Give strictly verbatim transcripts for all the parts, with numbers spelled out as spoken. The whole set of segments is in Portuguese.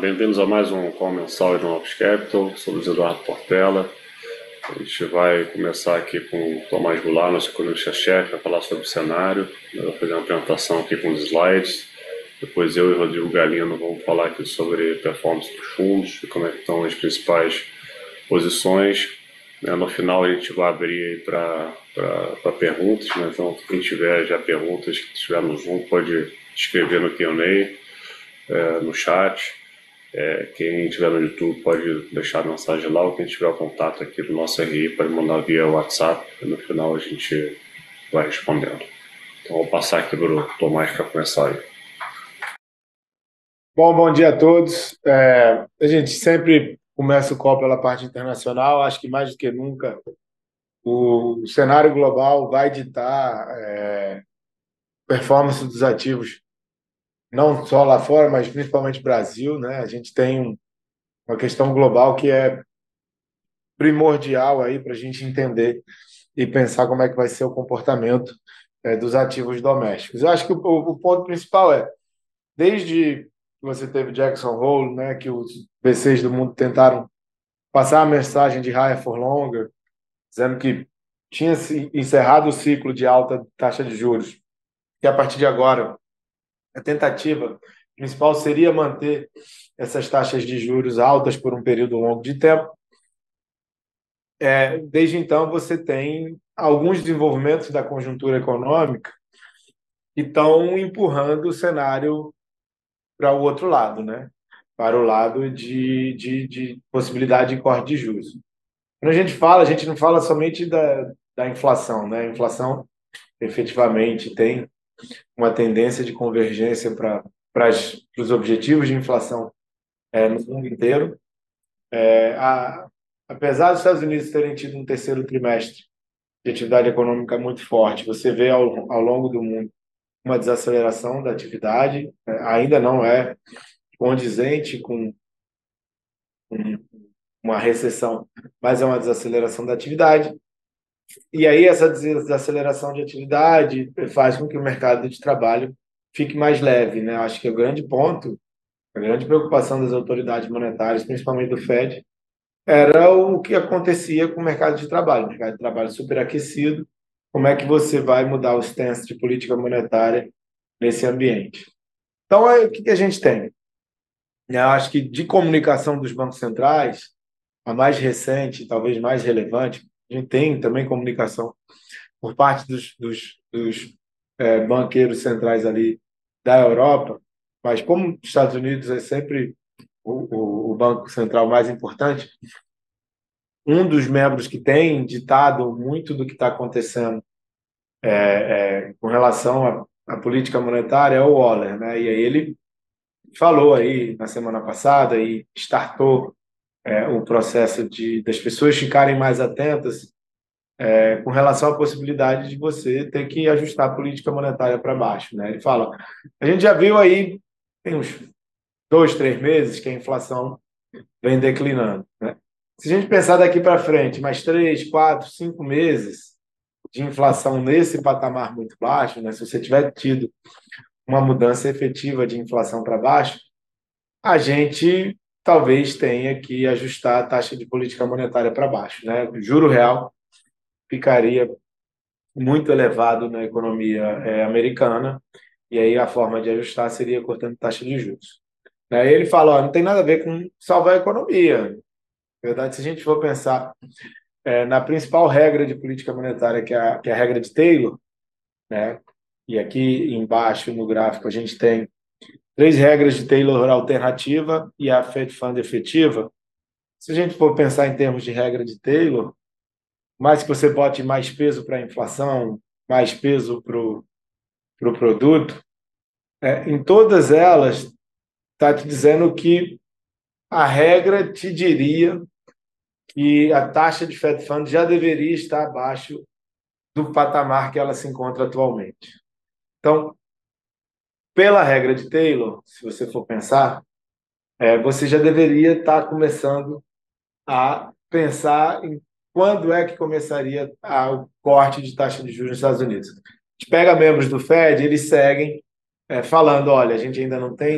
bem-vindos a mais um call mensal do Novos Capital. Sou Luiz Eduardo Portela. A gente vai começar aqui com o Tomás Goulart, nosso economista-chefe, vai falar sobre o cenário. Eu vou fazer uma apresentação aqui com os slides. Depois eu e o Rodrigo Galino vamos falar aqui sobre performance dos fundos e como é que estão as principais posições. No final a gente vai abrir para perguntas, né? Então quem tiver já perguntas, que estiver no Zoom, pode escrever no Q and A, é, no chat. É, quem estiver no YouTube pode deixar a mensagem lá, ou quem tiver o contato aqui do nosso R I pode mandar via WhatsApp, e no final a gente vai respondendo. Então vou passar aqui para o Tomás para começar aí. Bom, bom dia a todos. É, a gente sempre começa o call pela parte internacional. Acho que mais do que nunca o cenário global vai ditar é, performance dos ativos, não só lá fora, mas principalmente Brasil, né? A gente tem um, uma questão global que é primordial aí para a gente entender e pensar como é que vai ser o comportamento é, dos ativos domésticos. Eu acho que o, o ponto principal é, desde que você teve Jackson Hole, né, que os B Cs do mundo tentaram passar a mensagem de higher for longer, dizendo que tinha se encerrado o ciclo de alta taxa de juros, que a partir de agora a tentativa principal seria manter essas taxas de juros altas por um período longo de tempo. É, desde então, você tem alguns desenvolvimentos da conjuntura econômica que estão empurrando o cenário para o outro lado, né? Para o lado de, de, de possibilidade de corte de juros. Quando a gente fala, a gente não fala somente da, da inflação, né? A inflação efetivamente tem uma tendência de convergência para os objetivos de inflação é, no mundo inteiro. É, a, apesar dos Estados Unidos terem tido um terceiro trimestre de atividade econômica muito forte, você vê ao, ao longo do mundo uma desaceleração da atividade, é, ainda não é condizente com, com uma recessão, mas é uma desaceleração da atividade. E aí essa desaceleração de atividade faz com que o mercado de trabalho fique mais leve, né? Acho que o grande ponto, a grande preocupação das autoridades monetárias, principalmente do Fed, era o que acontecia com o mercado de trabalho. O mercado de trabalho superaquecido, como é que você vai mudar o stance de política monetária nesse ambiente? Então, é, o que a gente tem? Eu acho que de comunicação dos bancos centrais, a mais recente, talvez mais relevante, a gente tem também comunicação por parte dos, dos, dos é, banqueiros centrais ali da Europa, mas como os Estados Unidos é sempre o, o, o banco central mais importante, um dos membros que tem ditado muito do que está acontecendo é, é, com relação à, à política monetária é o Waller, né? E aí ele falou aí na semana passada e startou é, o processo de das pessoas ficarem mais atentas é, com relação à possibilidade de você ter que ajustar a política monetária para baixo, né? Ele fala, a gente já viu aí tem uns dois, três meses que a inflação vem declinando, né? Se a gente pensar daqui para frente, mais três, quatro, cinco meses de inflação nesse patamar muito baixo, né? Se você tiver tido uma mudança efetiva de inflação para baixo, a gente talvez tenha que ajustar a taxa de política monetária para baixo, né? O juro real ficaria muito elevado na economia é, americana, e aí a forma de ajustar seria cortando taxa de juros. Aí ele fala, ó, não tem nada a ver com salvar a economia. Na verdade, se a gente for pensar é, na principal regra de política monetária, que é a, que é a regra de Taylor, né? E aqui embaixo no gráfico a gente tem três regras de Taylor alternativa e a Fed Fund efetiva. Se a gente for pensar em termos de regra de Taylor, mais que você bote mais peso para a inflação, mais peso para o pro produto, é, em todas elas está te dizendo que a regra te diria que a taxa de Fed Fund já deveria estar abaixo do patamar que ela se encontra atualmente. Então, pela regra de Taylor, se você for pensar, é, você já deveria estar começando a pensar em quando é que começaria a, o corte de taxa de juros nos Estados Unidos. A gente pega membros do Fed, eles seguem é, falando, olha, a gente ainda não tem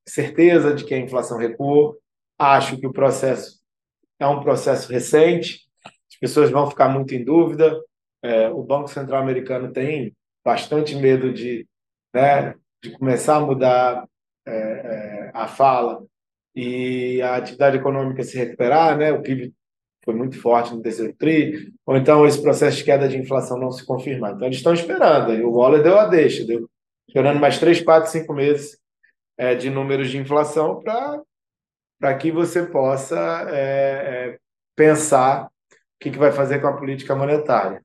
certeza de que a inflação recuou. Acho que o processo é um processo recente, as pessoas vão ficar muito em dúvida. É, o Banco Central americano tem bastante medo de, né, de começar a mudar é, é, a fala e a atividade econômica se recuperar, né? O P I B foi muito forte no terceiro tri, ou então esse processo de queda de inflação não se confirmar. Então eles estão esperando. E o Waller deu a deixa, deu esperando mais três, quatro, cinco meses é, de números de inflação para para que você possa é, é, pensar o que, que vai fazer com a política monetária.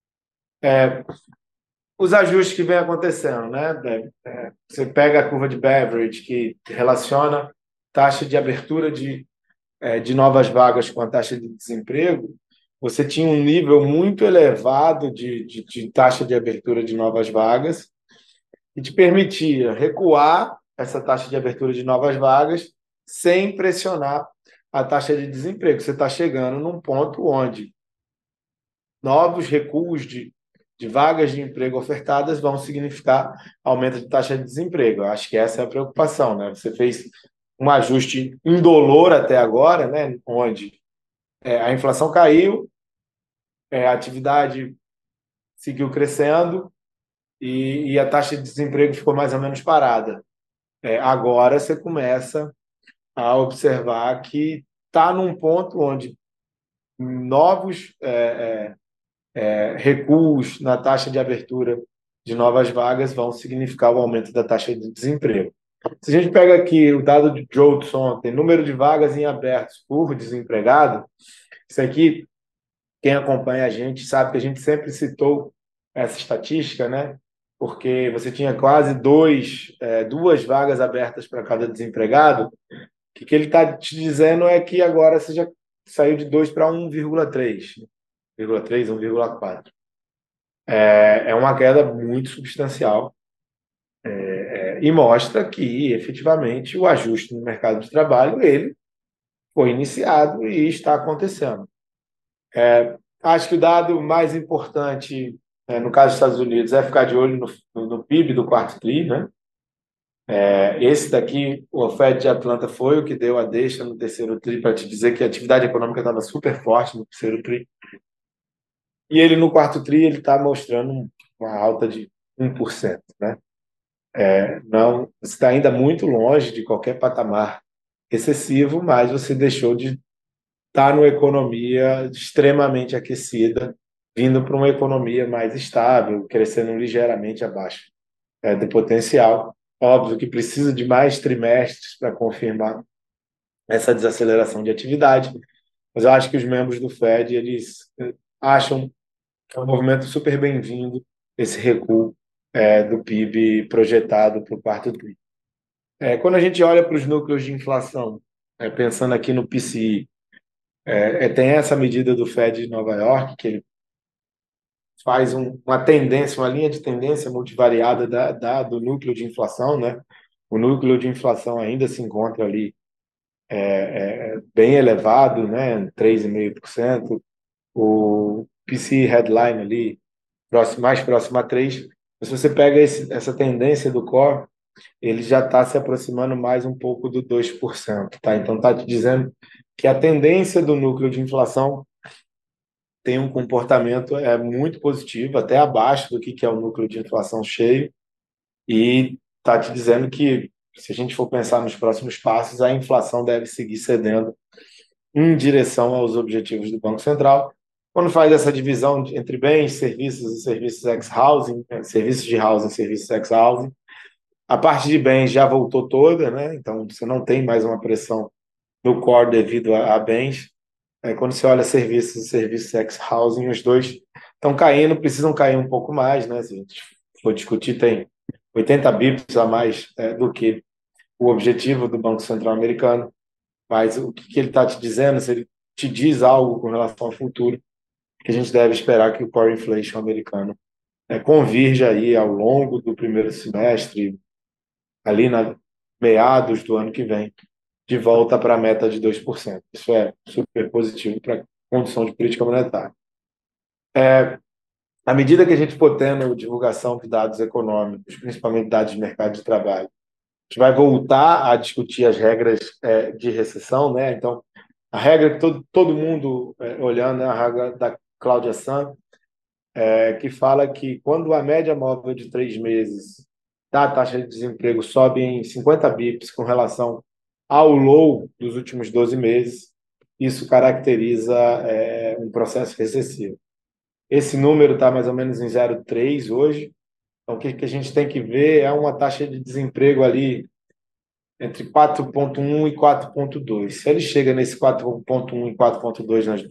É, os ajustes que vem acontecendo, né? É, você pega a curva de Beveridge, que relaciona taxa de abertura de, é, de novas vagas com a taxa de desemprego, você tinha um nível muito elevado de, de, de taxa de abertura de novas vagas e te permitia recuar essa taxa de abertura de novas vagas sem pressionar a taxa de desemprego. Você está chegando num ponto onde novos recuos de, de vagas de emprego ofertadas vão significar aumento de taxa de desemprego. Eu acho que essa é a preocupação, né? Você fez um ajuste indolor até agora, né? Onde é, a inflação caiu, é, a atividade seguiu crescendo e, e a taxa de desemprego ficou mais ou menos parada. É, agora você começa a observar que está num ponto onde novos é, é, recuos na taxa de abertura de novas vagas vão significar o aumento da taxa de desemprego. Se a gente pega aqui o dado de Jolts ontem, número de vagas em abertos por desempregado, isso aqui, quem acompanha a gente sabe que a gente sempre citou essa estatística, né? Porque você tinha quase dois, é, duas vagas abertas para cada desempregado. O que, que ele está te dizendo é que agora você já saiu de dois para um vírgula três, um vírgula três, um vírgula quatro. É, é uma queda muito substancial é, e mostra que, efetivamente, o ajuste no mercado de trabalho ele foi iniciado e está acontecendo. É, acho que o dado mais importante, é, no caso dos Estados Unidos, é ficar de olho no, no P I B do quarto tri, né? É, esse daqui, o Fed de Atlanta, foi o que deu a deixa no terceiro tri para te dizer que a atividade econômica estava super forte no terceiro tri. E ele, no quarto tri, ele está mostrando uma alta de um por cento, né? É, não, você está ainda muito longe de qualquer patamar excessivo, mas você deixou de estar numa economia extremamente aquecida, vindo para uma economia mais estável, crescendo ligeiramente abaixo é, do potencial. Óbvio que precisa de mais trimestres para confirmar essa desaceleração de atividade, mas eu acho que os membros do Fed eles eh, acham que é um movimento super bem-vindo esse recuo é, do P I B projetado para o quarto tri. É, quando a gente olha para os núcleos de inflação, é, pensando aqui no P C I, é, é, tem essa medida do Fed de Nova York, que ele faz um, uma tendência, uma linha de tendência multivariada da, da, do núcleo de inflação, né? O núcleo de inflação ainda se encontra ali é, é, bem elevado, né? três vírgula cinco por cento. O P C I headline ali, próximo, mais próximo a três. Mas se você pega esse, essa tendência do core, ele já está se aproximando mais um pouco do dois por cento, tá? Então está te dizendo que a tendência do núcleo de inflação tem um comportamento é, muito positivo, até abaixo do que, que é o núcleo de inflação cheio, e está te dizendo que, se a gente for pensar nos próximos passos, a inflação deve seguir cedendo em direção aos objetivos do Banco Central. Quando faz essa divisão entre bens, serviços e serviços ex-housing, né, serviços de housing e serviços ex-housing, a parte de bens já voltou toda, né? Então você não tem mais uma pressão no core devido a, a bens. É, quando você olha serviços e serviços ex-housing, os dois estão caindo, precisam cair um pouco mais, né? Se a gente for discutir, tem oitenta bips a mais é, do que o objetivo do Banco Central americano. Mas o que, que ele está te dizendo, se ele te diz algo com relação ao futuro, que a gente deve esperar que o core inflation americano é, convirja aí ao longo do primeiro semestre, ali na meados do ano que vem, de volta para a meta de dois por cento. Isso é super positivo para a condição de política monetária. É, à medida que a gente for tendo divulgação de dados econômicos, principalmente dados de mercado de trabalho, gente vai voltar a discutir as regras é, de recessão, né? Então, a regra que todo, todo mundo é, olhando é a regra da Cláudia San, é, que fala que quando a média móvel de três meses da taxa de desemprego sobe em cinquenta bips com relação ao low dos últimos doze meses, isso caracteriza é, um processo recessivo. Esse número está mais ou menos em zero vírgula três hoje. Então, o que, que a gente tem que ver é uma taxa de desemprego ali entre quatro vírgula um e quatro vírgula dois. Se ele chega nesse quatro vírgula um e quatro vírgula dois nas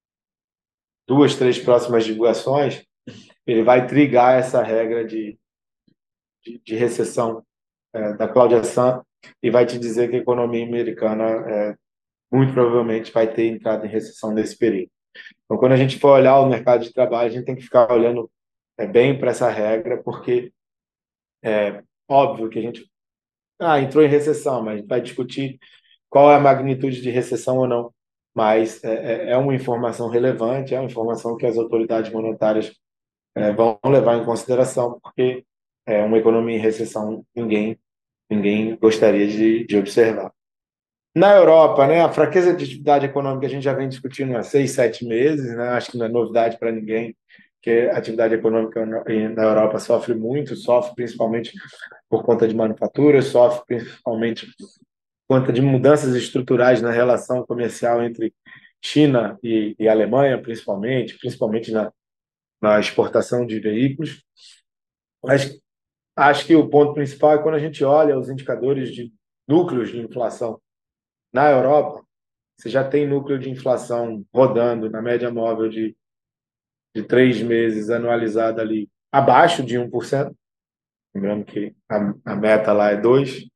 duas, três próximas divulgações, ele vai trigar essa regra de, de, de recessão é, da Cláudia San e vai te dizer que a economia americana é, muito provavelmente vai ter entrado em recessão nesse período. Então, quando a gente for olhar o mercado de trabalho, a gente tem que ficar olhando é, bem para essa regra, porque é óbvio que a gente ah, entrou em recessão, mas a gente vai discutir qual é a magnitude de recessão ou não. Mas é, é é uma informação relevante, é uma informação que as autoridades monetárias é, vão levar em consideração, porque é uma economia em recessão ninguém ninguém gostaria de, de observar. Na Europa, né, a fraqueza de atividade econômica a gente já vem discutindo há seis, sete meses, né, acho que não é novidade para ninguém que a atividade econômica na Europa sofre muito, sofre principalmente por conta de manufaturas, sofre principalmente por conta de mudanças estruturais na relação comercial entre China e, e Alemanha, principalmente, principalmente na, na exportação de veículos. Mas acho que o ponto principal é quando a gente olha os indicadores de núcleos de inflação na Europa, você já tem núcleo de inflação rodando na média móvel de, de três meses anualizada ali abaixo de um por cento. Lembrando que a, a meta lá é dois por cento.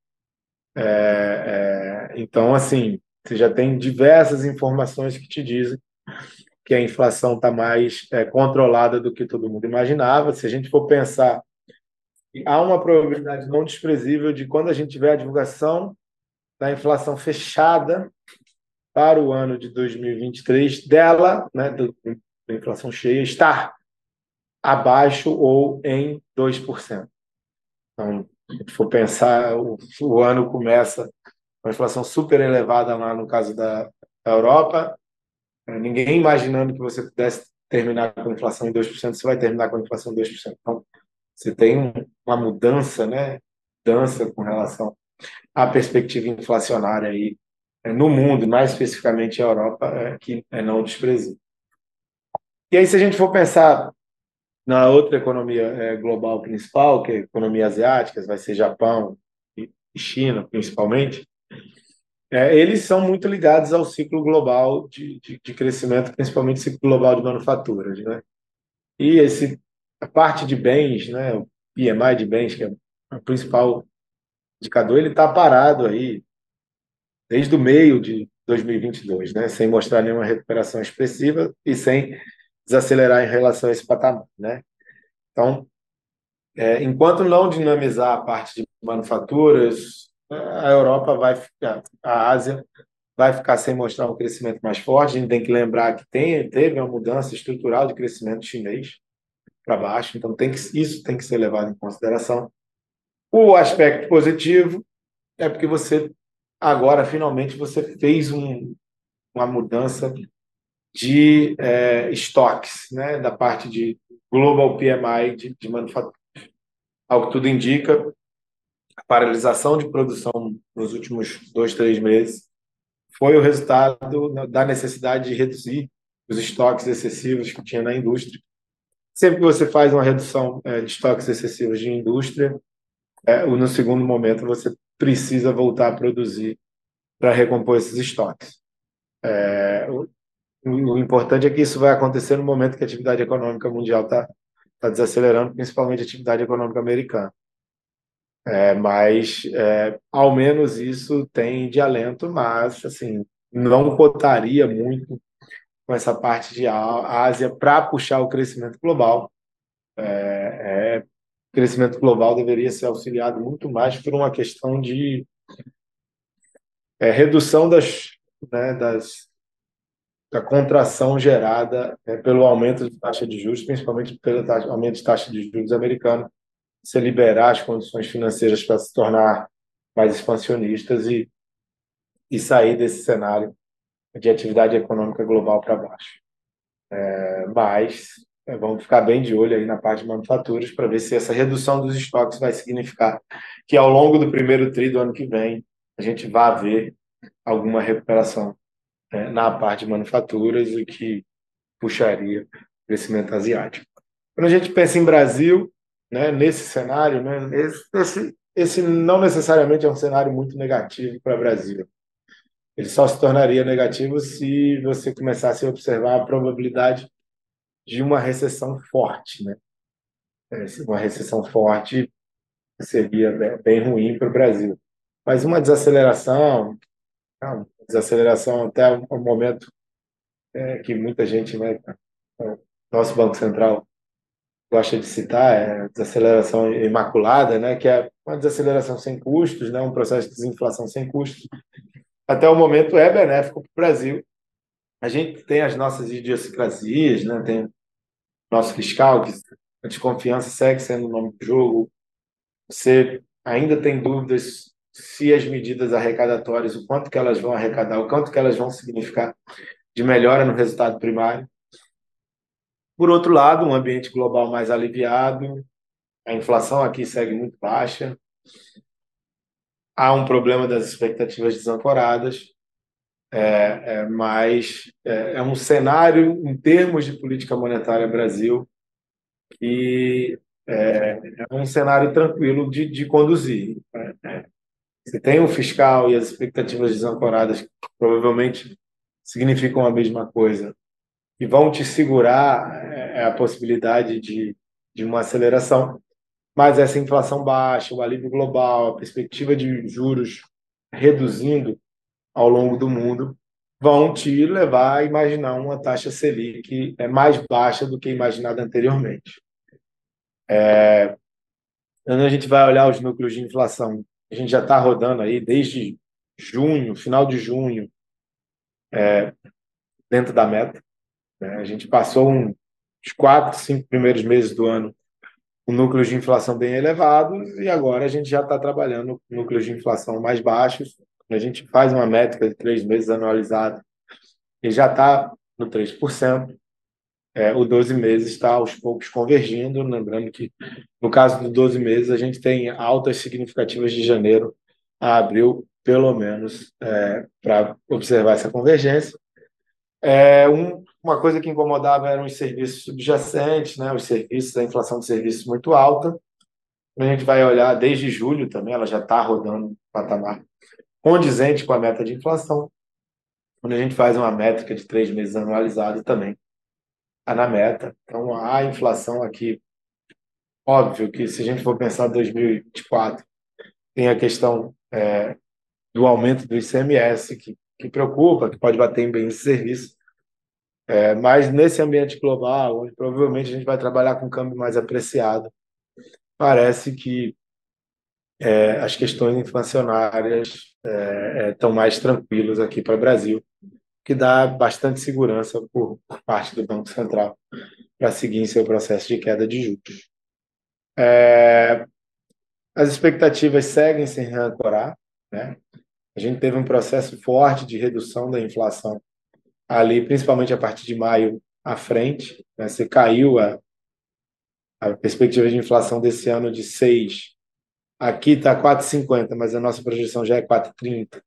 É, é, então, assim, você já tem diversas informações que te dizem que a inflação está mais é, controlada do que todo mundo imaginava. Se a gente for pensar, há uma probabilidade não desprezível de quando a gente tiver a divulgação da inflação fechada para o ano de dois mil e vinte e três, dela, né, do, da inflação cheia, estar abaixo ou em dois por cento. Então, se for pensar, o, o ano começa com uma inflação super elevada lá no caso da, da Europa, ninguém imaginando que você pudesse terminar com inflação em dois por cento, você vai terminar com inflação em dois por cento. Então, você tem um, uma mudança, né, mudança com relação à perspectiva inflacionária aí no mundo, mais especificamente a Europa, é, que é não desprezível. E aí, se a gente for pensar na outra economia é, global principal, que é a economia asiática, vai ser Japão e China, principalmente, é, eles são muito ligados ao ciclo global de, de, de crescimento, principalmente o ciclo global de manufaturas, né? E esse, a parte de bens, né, o P M I de bens, que é o principal indicador, ele está parado aí desde o meio de dois mil e vinte e dois, né, sem mostrar nenhuma recuperação expressiva e sem desacelerar em relação a esse patamar, né? Então, é, enquanto não dinamizar a parte de manufaturas, a Europa vai ficar, a Ásia vai ficar sem mostrar um crescimento mais forte. A gente tem que lembrar que tem, teve uma mudança estrutural de crescimento chinês para baixo, então tem que, isso tem que ser levado em consideração. O aspecto positivo é porque você agora finalmente você fez um, uma mudança de é, estoques, né, da parte de Global P M I de, de manufatura. Ao que tudo indica, a paralisação de produção nos últimos dois, três meses foi o resultado da necessidade de reduzir os estoques excessivos que tinha na indústria. Sempre que você faz uma redução é, de estoques excessivos de indústria, é, no segundo momento você precisa voltar a produzir para recompor esses estoques. É, o, o importante é que isso vai acontecer no momento que a atividade econômica mundial está tá desacelerando, principalmente a atividade econômica americana. É, mas, é, ao menos isso tem de alento, mas, assim, não cotaria muito com essa parte de Ásia para puxar o crescimento global. É, é, o crescimento global deveria ser auxiliado muito mais por uma questão de é, redução das, né, das, da contração gerada é, pelo aumento de taxa de juros, principalmente pelo taxa, aumento de taxa de juros americano, se liberar as condições financeiras para se tornar mais expansionistas e, e sair desse cenário de atividade econômica global para baixo. É, mas é, vamos ficar bem de olho aí na parte de manufaturas para ver se essa redução dos estoques vai significar que ao longo do primeiro tri do ano que vem a gente vai ver alguma recuperação, é, na parte de manufaturas, o que puxaria o crescimento asiático. Quando a gente pensa em Brasil, né, nesse cenário, né, esse, esse não necessariamente é um cenário muito negativo para o Brasil. Ele só se tornaria negativo se você começasse a observar a probabilidade de uma recessão forte, né? Uma recessão forte seria bem ruim para o Brasil. Mas uma desaceleração, uma desaceleração até o momento, é, que muita gente, né, nosso Banco Central gosta de citar, é a desaceleração imaculada, né, que é uma desaceleração sem custos, né, um processo de desinflação sem custos. Até o momento é benéfico para o Brasil. A gente tem as nossas idiosincrasias, né, tem nosso fiscal, que a desconfiança segue sendo o nome do jogo. Você ainda tem dúvidas se as medidas arrecadatórias, o quanto que elas vão arrecadar, o quanto que elas vão significar de melhora no resultado primário. Por outro lado, um ambiente global mais aliviado, a inflação aqui segue muito baixa, há um problema das expectativas desancoradas, é, é, mas é, é um cenário, em termos de política monetária Brasil, que é, é um cenário tranquilo de, de conduzir. Né? Você tem o fiscal e as expectativas desancoradas, que provavelmente significam a mesma coisa, e vão te segurar, é, a possibilidade de, de uma aceleração. Mas essa inflação baixa, o alívio global, a perspectiva de juros reduzindo ao longo do mundo, vão te levar a imaginar uma taxa Selic é mais baixa do que imaginada anteriormente. Quando a gente vai olhar os núcleos de inflação, a gente já está rodando aí desde junho, final de junho, dentro da meta. Né? A gente passou um, os quatro, cinco primeiros meses do ano com núcleos de inflação bem elevados e agora a gente já está trabalhando com núcleos de inflação mais baixos. A gente faz uma métrica de três meses anualizada e já está no três por cento. É, o doze meses está aos poucos convergindo, lembrando que no caso do doze meses a gente tem altas significativas de janeiro a abril, pelo menos, é, para observar essa convergência. É, um, uma coisa que incomodava eram os serviços subjacentes, né? Os serviços, a inflação de serviços muito alta. A gente vai olhar desde julho também, ela já está rodando um patamar condizente com a meta de inflação. Quando a gente faz uma métrica de três meses anualizado também, está na meta. Então, a inflação aqui, óbvio que se a gente for pensar em dois mil e vinte e quatro, tem a questão, é, do aumento do I C M S, que, que preocupa, que pode bater em bens e serviços. É, mas nesse ambiente global, onde provavelmente a gente vai trabalhar com câmbio mais apreciado, parece que é, as questões inflacionárias é, é, estão mais tranquilas aqui para o Brasil, que dá bastante segurança por, por parte do Banco Central para seguir em seu processo de queda de juros. É, as expectativas seguem sem reancorar, né? A gente teve um processo forte de redução da inflação ali, principalmente a partir de maio à frente, né? Você caiu a, a perspectiva de inflação desse ano de seis. Aqui está quatro vírgula cinquenta, mas a nossa projeção já é quatro vírgula trinta.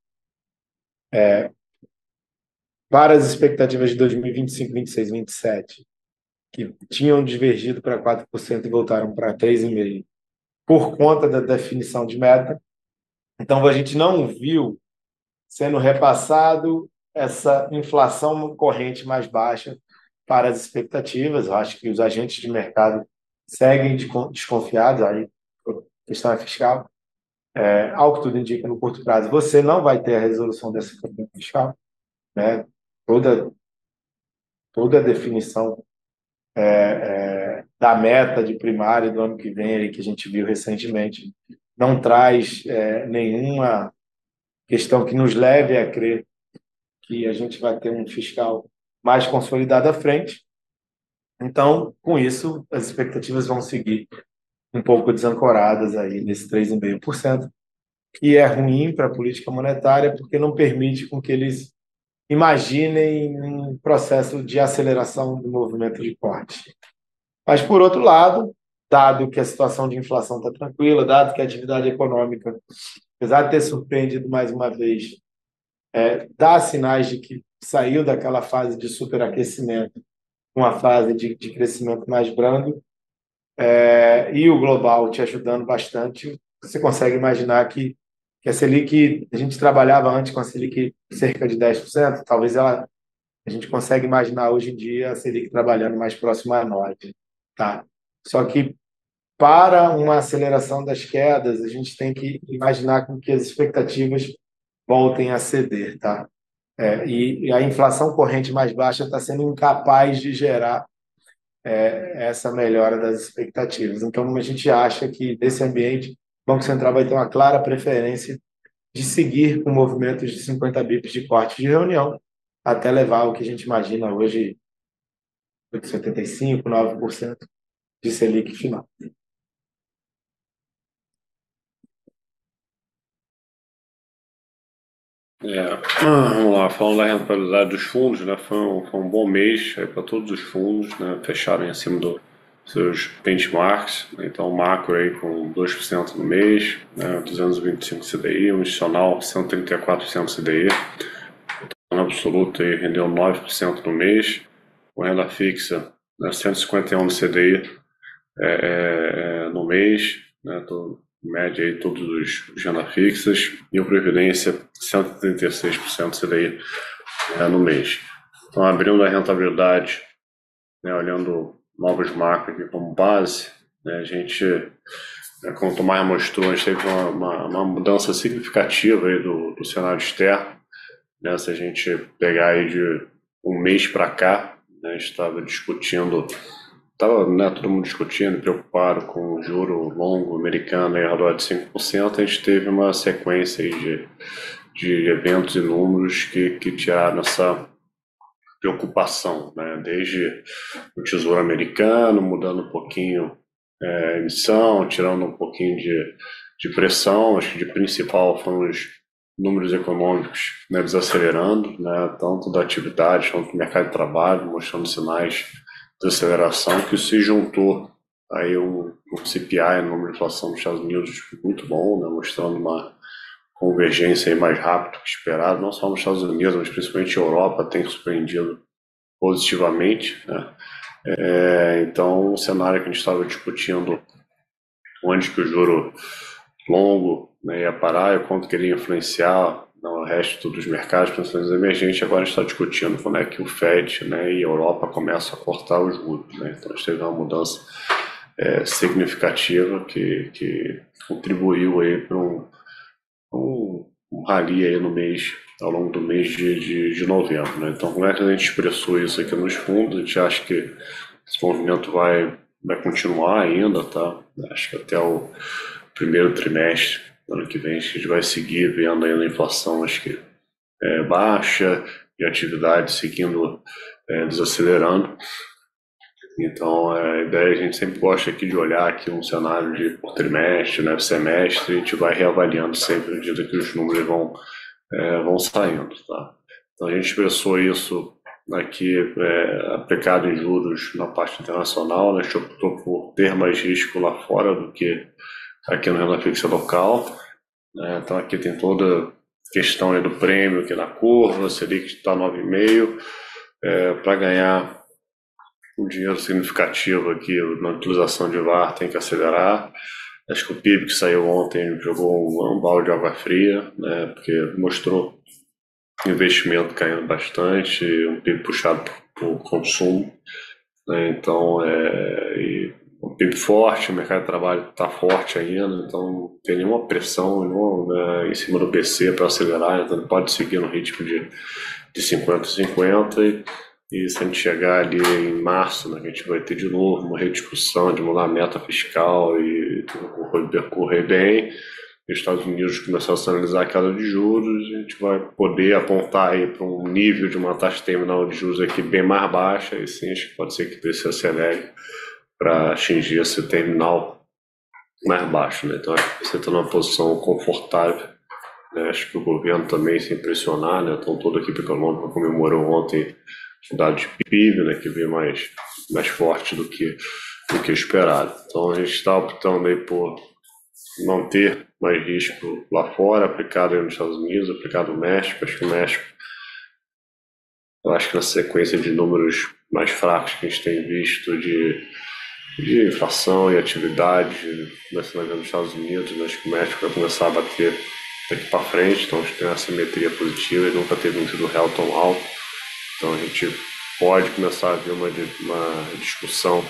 Para as expectativas de dois mil e vinte e cinco, vinte e seis, vinte e sete, que tinham divergido para quatro por cento e voltaram para três vírgula cinco por cento, por conta da definição de meta. Então, a gente não viu sendo repassado essa inflação corrente mais baixa para as expectativas. Eu acho que os agentes de mercado seguem desconfiados, aí a questão é fiscal. É, ao que tudo indica, no curto prazo, você não vai ter a resolução dessa questão fiscal. Né? Toda, toda a definição é, é, da meta de primária do ano que vem, aí, que a gente viu recentemente, não traz é, nenhuma questão que nos leve a crer que a gente vai ter um fiscal mais consolidado à frente. Então, com isso, as expectativas vão seguir um pouco desancoradas aí nesse três vírgula cinco por cento. que é ruim para a política monetária, porque não permite com que eles imaginem um processo de aceleração do movimento de corte. Mas, por outro lado, dado que a situação de inflação está tranquila, dado que a atividade econômica, apesar de ter surpreendido mais uma vez, é, dá sinais de que saiu daquela fase de superaquecimento, uma fase de, de crescimento mais brando, é, e o global te ajudando bastante, você consegue imaginar que, que a Selic, a gente trabalhava antes com a Selic cerca de dez por cento, talvez ela, a gente consegue imaginar hoje em dia a Selic trabalhando mais próximo a nove por cento, tá? Só que para uma aceleração das quedas, a gente tem que imaginar com que as expectativas voltem a ceder, tá? É, e, e a inflação corrente mais baixa está sendo incapaz de gerar é, essa melhora das expectativas. Então, a gente acha que, nesse ambiente, o Banco Central vai ter uma clara preferência de seguir com movimentos de cinquenta bips de corte de reunião, até levar o que a gente imagina hoje, setenta e cinco, nove por cento de Selic final. É, vamos lá, falando da rentabilidade dos fundos, né, foi um, foi um bom mês para todos os fundos, né, fecharam em cima dos seus benchmarks, né, então o macro aí com dois por cento no mês, né, duzentos e vinte e cinco C D I, o institucional cento e trinta e quatro por cento C D I, no absoluto aí rendeu nove por cento no mês, com renda fixa, né, cento e cinquenta e um no C D I é, é, no mês, né, tô, em média aí todos os, os renda fixas, e o Previdência cento e trinta e seis por cento C D I é, no mês. Então, abrindo a rentabilidade, né, olhando novos macro aqui como base, né, a gente, né, como o Tomás mostrou, a gente teve uma, uma, uma mudança significativa aí do, do cenário externo, né, se a gente pegar aí de um mês para cá, né, a gente estava discutindo Estava, né, todo mundo discutindo, preocupado com o juro longo americano aí, ao redor de cinco por cento. A gente teve uma sequência aí de, de eventos e números que, que tiraram essa preocupação, né? Desde o Tesouro Americano mudando um pouquinho é, a emissão, tirando um pouquinho de, de pressão. Acho que de principal foram os números econômicos, né, desacelerando, né, tanto da atividade quanto do mercado de trabalho, mostrando sinais de aceleração, que se juntou aí um, um C P I, o número de inflação dos Estados Unidos, muito bom, né, mostrando uma convergência aí mais rápida que esperado, não só nos Estados Unidos, mas principalmente a Europa tem surpreendido positivamente, né? É, então, o cenário que a gente estava discutindo, onde que o juro longo, né, ia parar e o quanto que ele ia influenciar no resto dos mercados, principalmente emergentes, agora a gente está discutindo quando é que o Fed, né, e a Europa começam a cortar os juros, né? Então a gente teve uma mudança é, significativa que, que contribuiu aí para um, um, um rally aí no mês, ao longo do mês de, de, de novembro, né? Então, como é que a gente expressou isso aqui nos fundos? A gente acha que esse movimento vai, vai continuar ainda, tá? Acho que até o primeiro trimestre do ano que vem a gente vai seguir vendo aí a inflação, acho que é, baixa, e a atividade seguindo é, desacelerando. Então, é, a ideia, a gente sempre gosta aqui de olhar aqui um cenário de por trimestre, né, semestre, e a gente vai reavaliando sempre à medida que os números vão, é, vão saindo, tá? Então, a gente expressou isso aqui, é, aplicado em juros na parte internacional, né? A gente optou por ter mais risco lá fora do que aqui no renda fixa local, né? Então, aqui tem toda a questão aí do prêmio aqui na curva, Selic está nove vírgula cinco, é, para ganhar um dinheiro significativo aqui na utilização de V A R tem que acelerar. Acho que o P I B que saiu ontem jogou um, um balde de água fria, né, porque mostrou investimento caindo bastante, um P I B puxado por, por consumo, né, então é, e um P I B forte, o mercado de trabalho está forte ainda, então não tem nenhuma pressão nenhuma, né, em cima do B C para acelerar, então pode seguir no ritmo de, de cinquenta a cinquenta e E se a gente chegar ali em março, né, a gente vai ter de novo uma rediscussão de mudar a meta fiscal e tudo percorrer bem, os Estados Unidos começar a sinalizar a queda de juros, a gente vai poder apontar aí para um nível de uma taxa terminal de juros aqui bem mais baixa, e sim, acho que pode ser que isso se acelere para atingir esse terminal mais baixo, né? Então acho que você está numa posição confortável, né? Acho que o governo também, sem pressionar, né? Então toda a equipe econômica comemorou ontem os dados de P I B, né? Que veio mais, mais forte do que, do que esperado. Então a gente está optando aí por não ter mais risco lá fora, aplicado aí nos Estados Unidos, aplicado no México. Acho que o México, eu acho que na sequência de números mais fracos que a gente tem visto de, de inflação e atividade, começando a ver nos Estados Unidos, né? Acho que o México vai começar a bater daqui para frente, então a gente tem uma simetria positiva e nunca teve um juro real tão alto. Então a gente pode começar a ver uma, uma discussão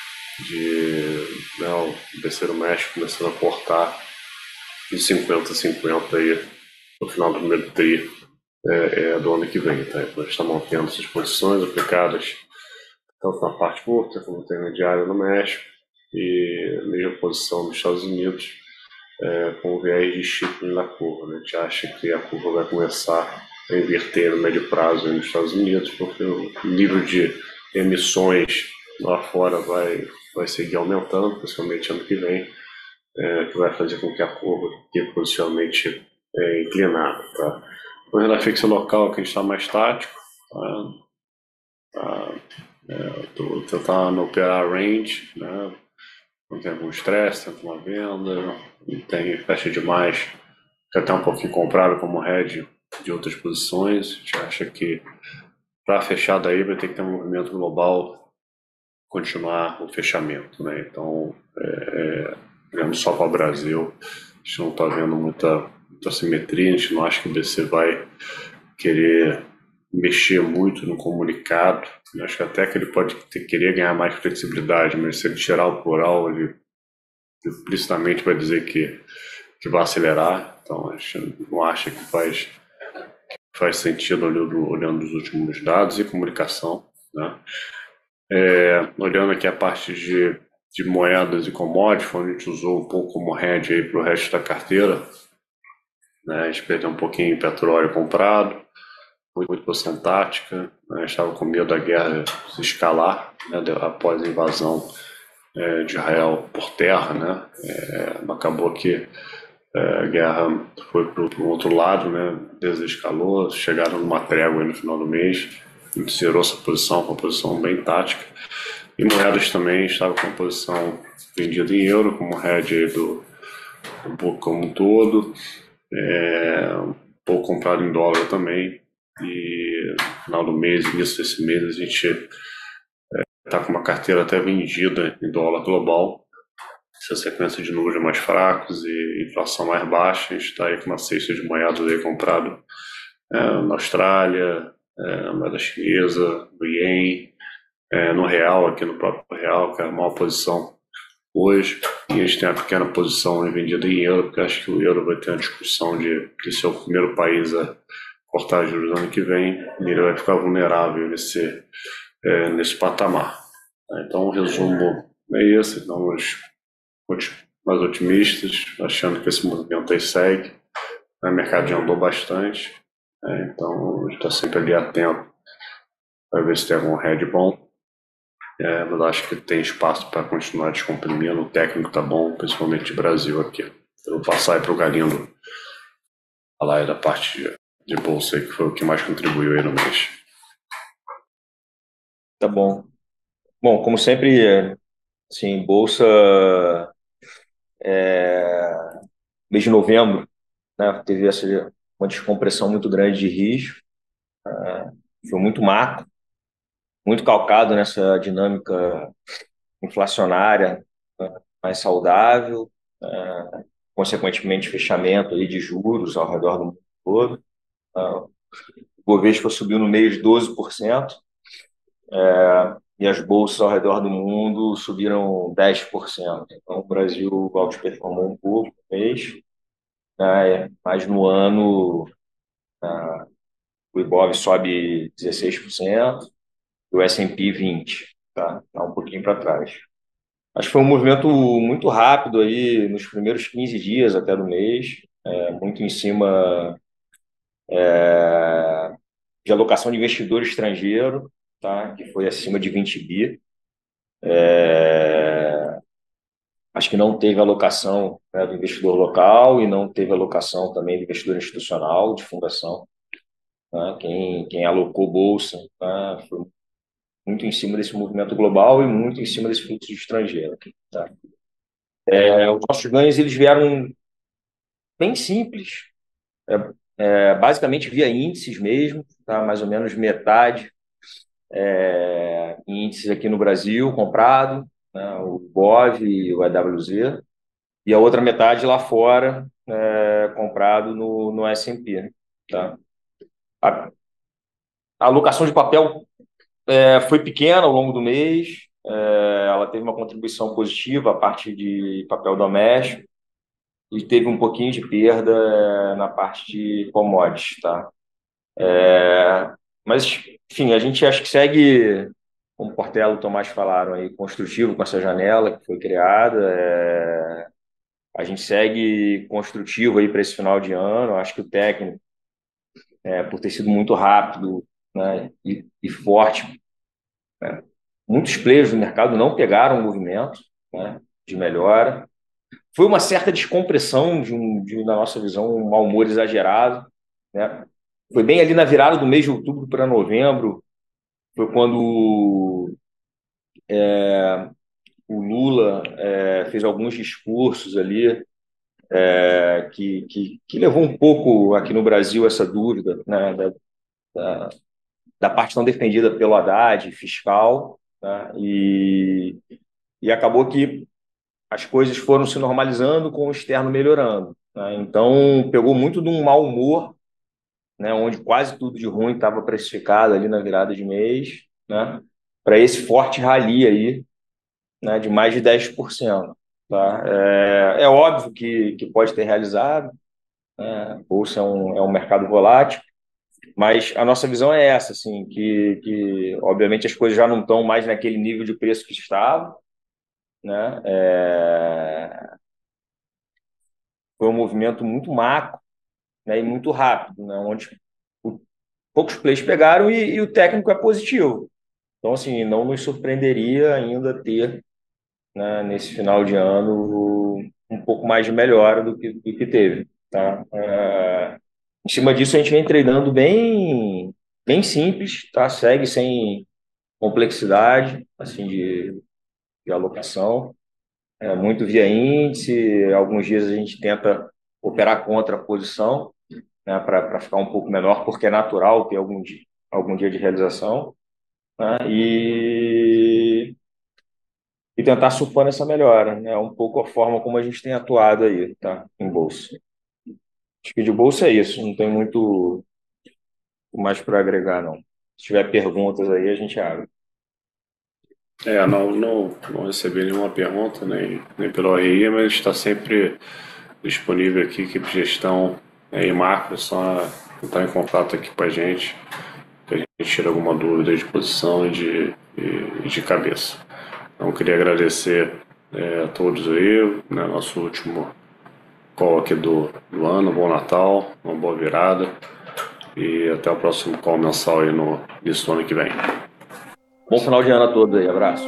de, né, o terceiro México começando a cortar de cinquenta a cinquenta aí no final do primeiro tri é, é, do ano que vem. Tá? Então a gente está mantendo essas posições aplicadas tanto na parte curta como intermediária no México e a mesma posição nos Estados Unidos, é, com o viés de steepening na curva. Né? A gente acha que a curva vai começar a inverter no médio prazo nos Estados Unidos, porque o nível de emissões lá fora vai, vai seguir aumentando, principalmente ano que vem, é, que vai fazer com que a curva fique posicionalmente é, inclinada. Tá? Com renda fixa local, que a gente está mais tático, tá? Tá, é, tô tentando operar range, né? Não tem algum estresse, tenta uma venda, não tem fecha demais, já está um pouquinho comprado como hedge de outras posições. A gente acha que para fechar daí vai ter que ter um movimento global, continuar o fechamento, né? Então, é, olhando só para o Brasil, a gente não está vendo muita, muita simetria, a gente não acha que o B C vai querer mexer muito no comunicado. Eu acho que até que ele pode ter, querer ganhar mais flexibilidade, mas se ele tirar o plural, ele implicitamente vai dizer que, que vai acelerar. Então a gente não acha que faz, que faz sentido olhando, olhando os últimos dados e comunicação, né? É, olhando aqui a parte de, de moedas e commodities, onde a gente usou um pouco como hedge aí para o resto da carteira, né? A gente perdeu um pouquinho em petróleo comprado, muito posição tática, né? A gente estava com medo da guerra se escalar, né? Após a invasão é, de Israel por terra, né? É, acabou que é, a guerra foi para o outro lado, né? Desescalou, chegaram numa trégua aí no final do mês, a gente zerou essa posição, uma posição bem tática. E moedas também estava com a posição vendida em euro, como hedge aí do, do book como um todo, é, um pouco comprado em dólar também. E no final do mês, início desse mês, a gente está com uma carteira até vendida em dólar global. Essa sequência de números mais fracos e inflação mais baixa, a gente está aí com uma cesta de moedas aí comprado é, na Austrália, é, na moeda chinesa, no Ien, é, no real, aqui no próprio real, que é a maior posição hoje. E a gente tem a pequena posição vendida em euro, porque acho que o euro vai ter uma discussão de que ser o primeiro país a cortar juros no ano que vem, e ele vai ficar vulnerável nesse, é, nesse patamar. Então, o resumo é esse. Estamos mais otimistas, achando que esse movimento aí segue. O mercado já andou bastante, é, então a gente está sempre ali atento para ver se tem algum head bom. É, mas acho que tem espaço para continuar descomprimindo. O técnico está bom, principalmente de Brasil aqui. Eu vou passar aí para o Galindo falar aí da parte de, de bolsa aí, que foi o que mais contribuiu aí no mês. Tá bom. Bom, como sempre, assim, bolsa, é, mês de novembro, né, teve essa, uma descompressão muito grande de risco, foi muito macro, muito calcado nessa dinâmica inflacionária, né, mais saudável, é, consequentemente fechamento aí de juros ao redor do mundo todo. O Bovespa subiu no mês doze por cento, é, e as bolsas ao redor do mundo subiram dez por cento. Então, o Brasil outperformou um pouco no mês, né, mas no ano o Ibov sobe dezesseis por cento, o S e P vinte por cento, tá? Tá um pouquinho para trás. Acho que foi um movimento muito rápido aí nos primeiros quinze dias até do mês, é, muito em cima de alocação de investidor estrangeiro, tá? Que foi acima de vinte bi. Acho que não teve alocação, né, do investidor local e não teve alocação também do investidor institucional, de fundação. Né? Quem, quem alocou bolsa, né, foi muito em cima desse movimento global e muito em cima desse fluxo de estrangeiro. Tá? É, os nossos ganhos eles vieram bem simples, é, é, basicamente via índices mesmo, tá? Mais ou menos metade é, em índices aqui no Brasil comprado, né? O B O V e o E W Z, e a outra metade lá fora, é, comprado no, no S and P. Tá? A, a alocação de papel é, foi pequena ao longo do mês, é, ela teve uma contribuição positiva a parte de papel doméstico e teve um pouquinho de perda é, na parte de commodities, tá? É, mas, enfim, a gente acho que segue, como o Portela e o Tomás falaram aí, construtivo com essa janela que foi criada. É, a gente segue construtivo aí para esse final de ano. Acho que o técnico, é, por ter sido muito rápido, né, e, e forte, né, muitos players do mercado não pegaram o movimento, né, de melhora. Foi uma certa descompressão de, um, de na nossa visão, um mau humor exagerado, né? Foi bem ali na virada do mês de outubro para novembro, foi quando é, o Lula é, fez alguns discursos ali é, que, que, que levou um pouco aqui no Brasil essa dúvida, né, da, da, da parte não defendida pelo Haddad, fiscal, né, e, e acabou que as coisas foram se normalizando com o externo melhorando. Né? Então, pegou muito de um mau humor, né, onde quase tudo de ruim estava precificado ali na virada de mês, né, para esse forte rally aí, né, de mais de dez por cento. Tá? É, é óbvio que, que pode ter realizado, né, a bolsa é um, é um mercado volátil, mas a nossa visão é essa, assim, que, que obviamente as coisas já não estão mais naquele nível de preço que estavam, né? É, foi um movimento muito macro, né, e muito rápido, né, onde o, poucos players pegaram e, e o técnico é positivo. Então, assim, não nos surpreenderia ainda ter, né, nesse final de ano um pouco mais de melhora do que, do que teve. Tá? É, em cima disso, a gente vem treinando bem, bem simples, tá? Segue sem complexidade assim, de, de alocação, é, muito via índice. Alguns dias a gente tenta operar contra a posição, né, para ficar um pouco menor, porque é natural ter algum dia, algum dia de realização. Né, e e tentar surfar nessa melhora, né? Um pouco a forma como a gente tem atuado aí, tá? Em bolsa. Acho que de bolsa é isso, não tem muito mais para agregar, não. Se tiver perguntas aí, a gente abre. É, não, não, não recebi nenhuma pergunta, nem, nem pelo R I, mas está sempre disponível aqui, equipe de gestão é, e macro, só entrar em contato aqui com a gente, que a gente tira alguma dúvida de posição e de, e, de cabeça. Então, queria agradecer é, a todos aí, né, nosso último call aqui do, do ano, bom Natal, uma boa virada e até o próximo call mensal aí no início do ano que vem. Bom final de ano a todos aí, abraço.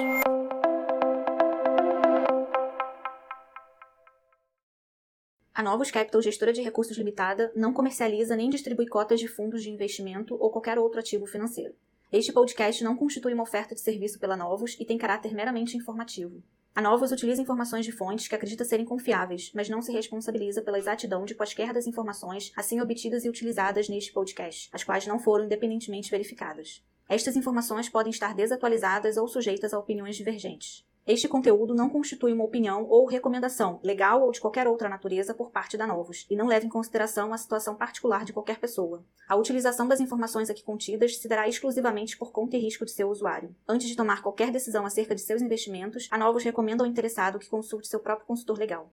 A Novos Capital Gestora de Recursos Limitada não comercializa nem distribui cotas de fundos de investimento ou qualquer outro ativo financeiro. Este podcast não constitui uma oferta de serviço pela Novos e tem caráter meramente informativo. A Novos utiliza informações de fontes que acredita serem confiáveis, mas não se responsabiliza pela exatidão de quaisquer das informações assim obtidas e utilizadas neste podcast, as quais não foram independentemente verificadas. Estas informações podem estar desatualizadas ou sujeitas a opiniões divergentes. Este conteúdo não constitui uma opinião ou recomendação, legal ou de qualquer outra natureza, por parte da Novos, e não leva em consideração a situação particular de qualquer pessoa. A utilização das informações aqui contidas se dará exclusivamente por conta e risco de seu usuário. Antes de tomar qualquer decisão acerca de seus investimentos, a Novos recomenda ao interessado que consulte seu próprio consultor legal.